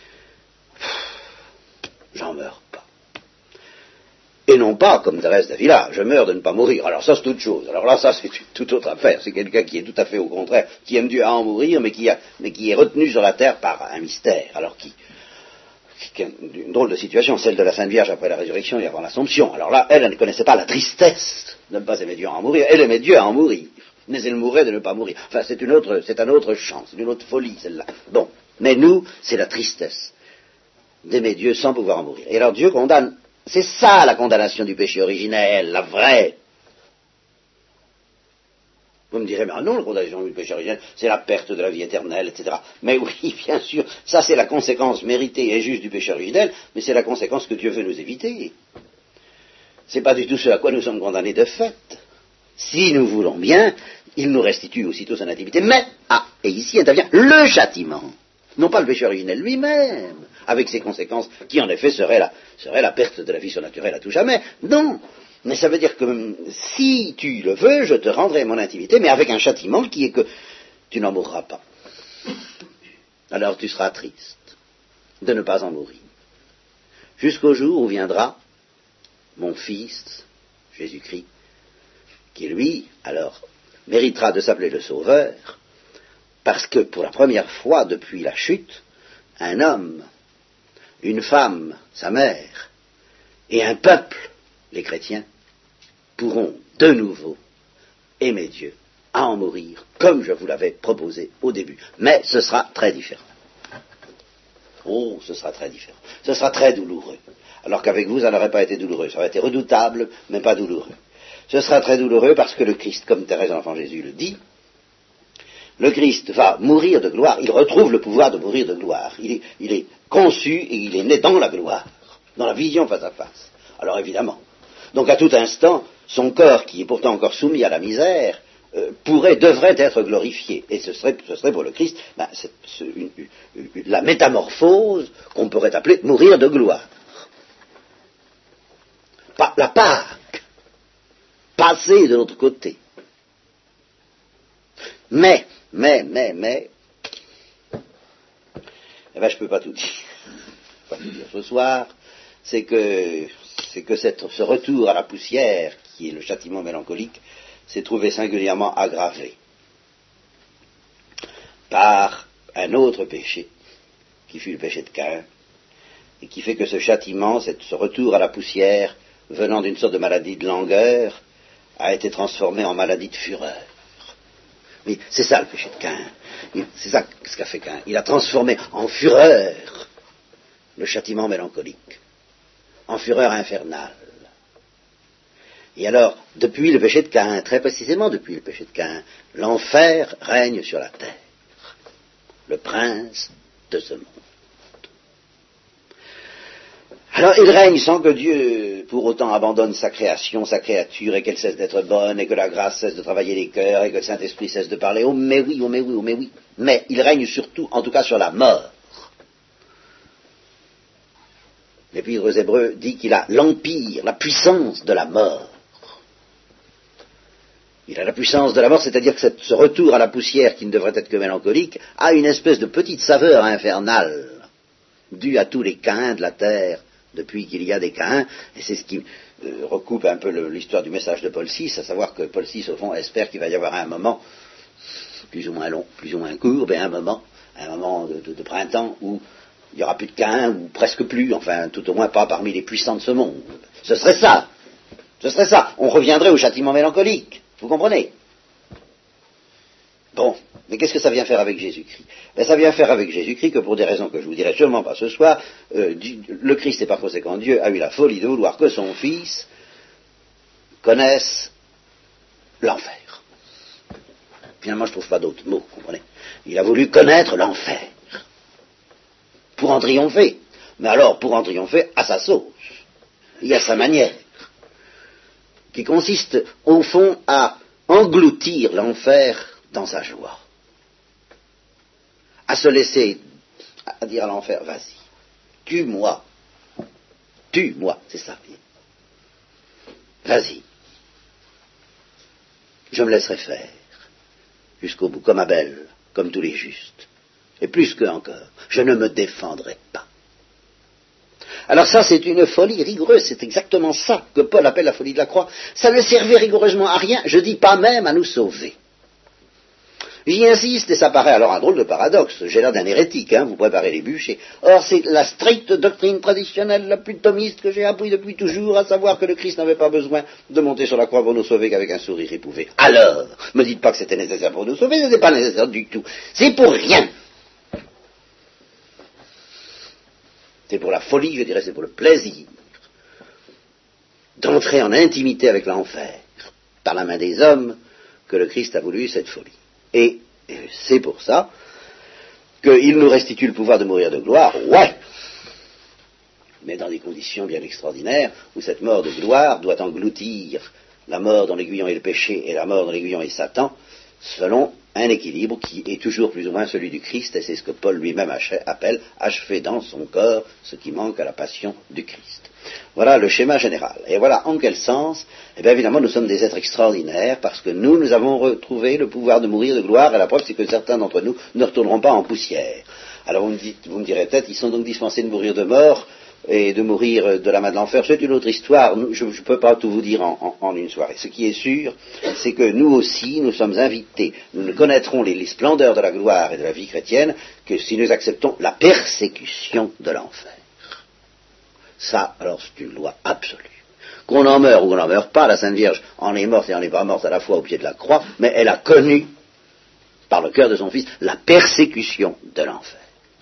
j'en meurs pas. Et non pas, comme Thérèse d'Avila, je meurs de ne pas mourir. Alors ça, c'est autre chose. Alors là, ça, c'est une toute autre affaire. C'est quelqu'un qui est tout à fait au contraire, qui aime Dieu à en mourir, mais qui, a, mais qui est retenu sur la terre par un mystère. Alors qui, qui est une drôle de situation, celle de la Sainte Vierge après la résurrection et avant l'Assomption. Alors là, elle, elle ne connaissait pas la tristesse de ne pas aimer Dieu à en mourir. Elle aimait Dieu à en mourir. Mais elle mourrait de ne pas mourir. Enfin, c'est une autre, c'est un autre chant, c'est une autre folie, celle-là. Bon. Mais nous, c'est la tristesse d'aimer Dieu sans pouvoir en mourir. Et alors Dieu condamne. C'est ça la condamnation du péché originel, la vraie. Vous me direz, mais non, la condamnation du péché originel, c'est la perte de la vie éternelle, et cetera. Mais oui, bien sûr, ça c'est la conséquence méritée et juste du péché originel, mais c'est la conséquence que Dieu veut nous éviter. C'est pas du tout ce à quoi nous sommes condamnés de fait. Si nous voulons bien, il nous restitue aussitôt son intimité. Mais, ah, et ici intervient le châtiment. Non pas le péché originel lui-même, avec ses conséquences, qui en effet serait la, serait la perte de la vie surnaturelle à tout jamais. Non, mais ça veut dire que si tu le veux, je te rendrai mon intimité, mais avec un châtiment qui est que tu n'en mourras pas. Alors tu seras triste de ne pas en mourir. Jusqu'au jour où viendra mon Fils, Jésus-Christ, qui lui, alors, méritera de s'appeler le Sauveur, parce que pour la première fois depuis la chute, un homme, une femme, sa mère, et un peuple, les chrétiens, pourront de nouveau aimer Dieu, à en mourir, comme je vous l'avais proposé au début. Mais ce sera très différent. Oh, ce sera très différent. Ce sera très douloureux. Alors qu'avec vous, ça n'aurait pas été douloureux. Ça aurait été redoutable, mais pas douloureux. Ce sera très douloureux parce que le Christ, comme Thérèse de l'Enfant Jésus le dit, le Christ va mourir de gloire, il retrouve le pouvoir de mourir de gloire. Il est, il est conçu et il est né dans la gloire, dans la vision face à face. Alors évidemment, donc à tout instant, son corps, qui est pourtant encore soumis à la misère, euh, pourrait, devrait être glorifié. Et ce serait, ce serait pour le Christ ben, c'est, c'est une, une, une, la métamorphose qu'on pourrait appeler mourir de gloire. Pas, la Pâque, passer de l'autre côté. Mais, mais, mais, mais, eh ben je peux pas tout dire. pas tout dire ce soir, c'est que, c'est que cette, ce retour à la poussière, qui est le châtiment mélancolique, s'est trouvé singulièrement aggravé par un autre péché, qui fut le péché de Caïn, et qui fait que ce châtiment, cette, ce retour à la poussière, venant d'une sorte de maladie de langueur, a été transformé en maladie de fureur. Oui, c'est ça le péché de Caïn. C'est ça ce qu'a fait Caïn. Il a transformé en fureur le châtiment mélancolique, en fureur infernale. Et alors, depuis le péché de Caïn, très précisément depuis le péché de Caïn, l'enfer règne sur la terre, le prince de ce monde. Alors il règne sans que Dieu pour autant abandonne sa création, sa créature, et qu'elle cesse d'être bonne, et que la grâce cesse de travailler les cœurs, et que le Saint-Esprit cesse de parler. Oh mais oui, oh mais oui, oh mais oui. Mais il règne surtout, en tout cas sur la mort. L'Épître aux Hébreux dit qu'il a l'empire, la puissance de la mort. Il a la puissance de la mort, c'est-à-dire que cette, ce retour à la poussière, qui ne devrait être que mélancolique, a une espèce de petite saveur infernale, due à tous les Caïns de la terre, depuis qu'il y a des Caïns, et c'est ce qui euh, recoupe un peu le, l'histoire du message de Paul six, à savoir que Paul six, au fond, espère qu'il va y avoir un moment, plus ou moins long, plus ou moins court, mais un moment, un moment de, de, de printemps, où il n'y aura plus de Caïns, ou presque plus, enfin, tout au moins pas parmi les puissants de ce monde. Ce serait ça, ce serait ça, on reviendrait au châtiment mélancolique, vous comprenez? Bon, mais qu'est-ce que ça vient faire avec Jésus-Christ? Ben, ça vient faire avec Jésus-Christ que pour des raisons que je vous dirai sûrement pas ce soir, euh, le Christ et par conséquent Dieu a eu la folie de vouloir que son Fils connaisse l'enfer. Finalement, je ne trouve pas d'autres mots, vous comprenez? Il a voulu connaître l'enfer pour en triompher. Mais alors, pour en triompher à sa sauce et à sa manière, qui consiste au fond à engloutir l'enfer dans sa joie, à se laisser, à dire à l'enfer, vas-y, tue-moi, tue-moi, c'est ça, vas-y, je me laisserai faire, jusqu'au bout, comme Abel, comme tous les justes, et plus que encore, je ne me défendrai pas. Alors ça, c'est une folie rigoureuse, c'est exactement ça que Paul appelle la folie de la croix. Ça ne servait rigoureusement à rien, je dis pas même à nous sauver. J'y insiste, et ça paraît alors un drôle de paradoxe. J'ai l'air d'un hérétique, hein, vous préparez les bûches. Or, c'est la stricte doctrine traditionnelle, la plus thomiste que j'ai appris depuis toujours, à savoir que le Christ n'avait pas besoin de monter sur la croix pour nous sauver qu'avec un sourire éprouvé. Alors, me dites pas que c'était nécessaire pour nous sauver, ce n'était pas nécessaire du tout. C'est pour rien. C'est pour la folie, je dirais, c'est pour le plaisir d'entrer en intimité avec l'enfer, par la main des hommes, que le Christ a voulu cette folie. Et c'est pour ça qu'il nous restitue le pouvoir de mourir de gloire, ouais, mais dans des conditions bien extraordinaires, où cette mort de gloire doit engloutir la mort dont l'aiguillon est le péché et la mort dont l'aiguillon est Satan, selon un équilibre qui est toujours plus ou moins celui du Christ, et c'est ce que Paul lui-même appelle achever dans son corps ce qui manque à la passion du Christ. Voilà le schéma général. Et voilà en quel sens, eh bien évidemment, nous sommes des êtres extraordinaires, parce que nous, nous avons retrouvé le pouvoir de mourir de gloire, et la preuve, c'est que certains d'entre nous ne retourneront pas en poussière. Alors vous me, dites, vous me direz peut-être, ils sont donc dispensés de mourir de mort, et de mourir de la main de l'enfer, c'est une autre histoire, je ne peux pas tout vous dire en, en, en une soirée. Ce qui est sûr, c'est que nous aussi, nous sommes invités, nous ne connaîtrons les, les splendeurs de la gloire et de la vie chrétienne que si nous acceptons la persécution de l'enfer. Ça, alors, c'est une loi absolue. Qu'on en meure ou qu'on n'en meure pas, la Sainte Vierge en est morte et en est pas morte à la fois au pied de la croix, mais elle a connu, par le cœur de son Fils, la persécution de l'enfer.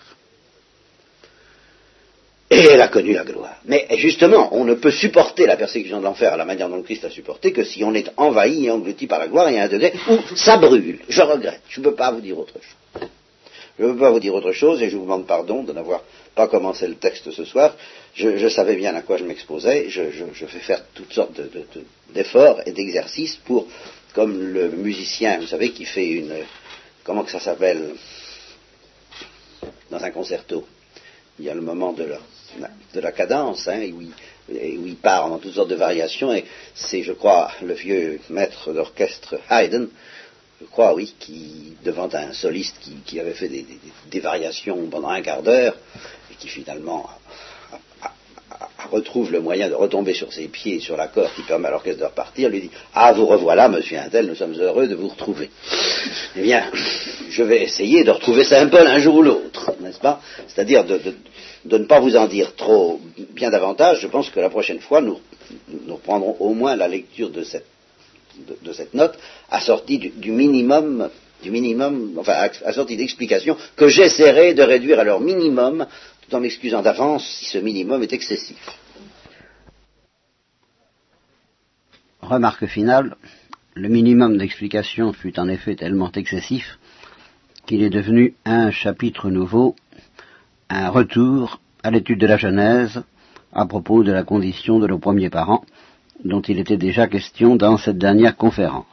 Et elle a connu la gloire. Mais justement, on ne peut supporter la persécution de l'enfer à la manière dont le Christ l'a supporté que si on est envahi et englouti par la gloire, il y a un degré où ça brûle. Je regrette. Je ne peux pas vous dire autre chose. Je ne peux pas vous dire autre chose et je vous demande pardon de n'avoir pas commencé le texte ce soir. Je, je savais bien à quoi je m'exposais. Je, je, je fais faire toutes sortes de, de, de, d'efforts et d'exercices pour, comme le musicien, vous savez, qui fait une... Comment que ça s'appelle dans un concerto? Il y a le moment de la, de la cadence, hein, où, il, où il part dans toutes sortes de variations, et c'est, je crois, le vieux maître d'orchestre Haydn, je crois, oui, qui, devant un soliste qui, qui avait fait des, des, des variations pendant un quart d'heure, et qui finalement a, a, a, retrouve le moyen de retomber sur ses pieds, sur l'accord qui permet à l'orchestre de repartir, lui dit « Ah, vous revoilà, monsieur Intel, nous sommes heureux de vous retrouver. » Eh bien, je vais essayer de retrouver Saint-Paul un jour ou l'autre, n'est-ce pas? C'est-à-dire de, de, de ne pas vous en dire trop bien davantage. Je pense que la prochaine fois, nous, nous reprendrons au moins la lecture de cette De, de cette note, assortie du, du minimum, du minimum, enfin assortie d'explications que j'essaierai de réduire à leur minimum, tout en m'excusant d'avance si ce minimum est excessif. Remarque finale, le minimum d'explications fut en effet tellement excessif qu'il est devenu un chapitre nouveau, un retour à l'étude de la Genèse à propos de la condition de nos premiers parents, dont il était déjà question dans cette dernière conférence.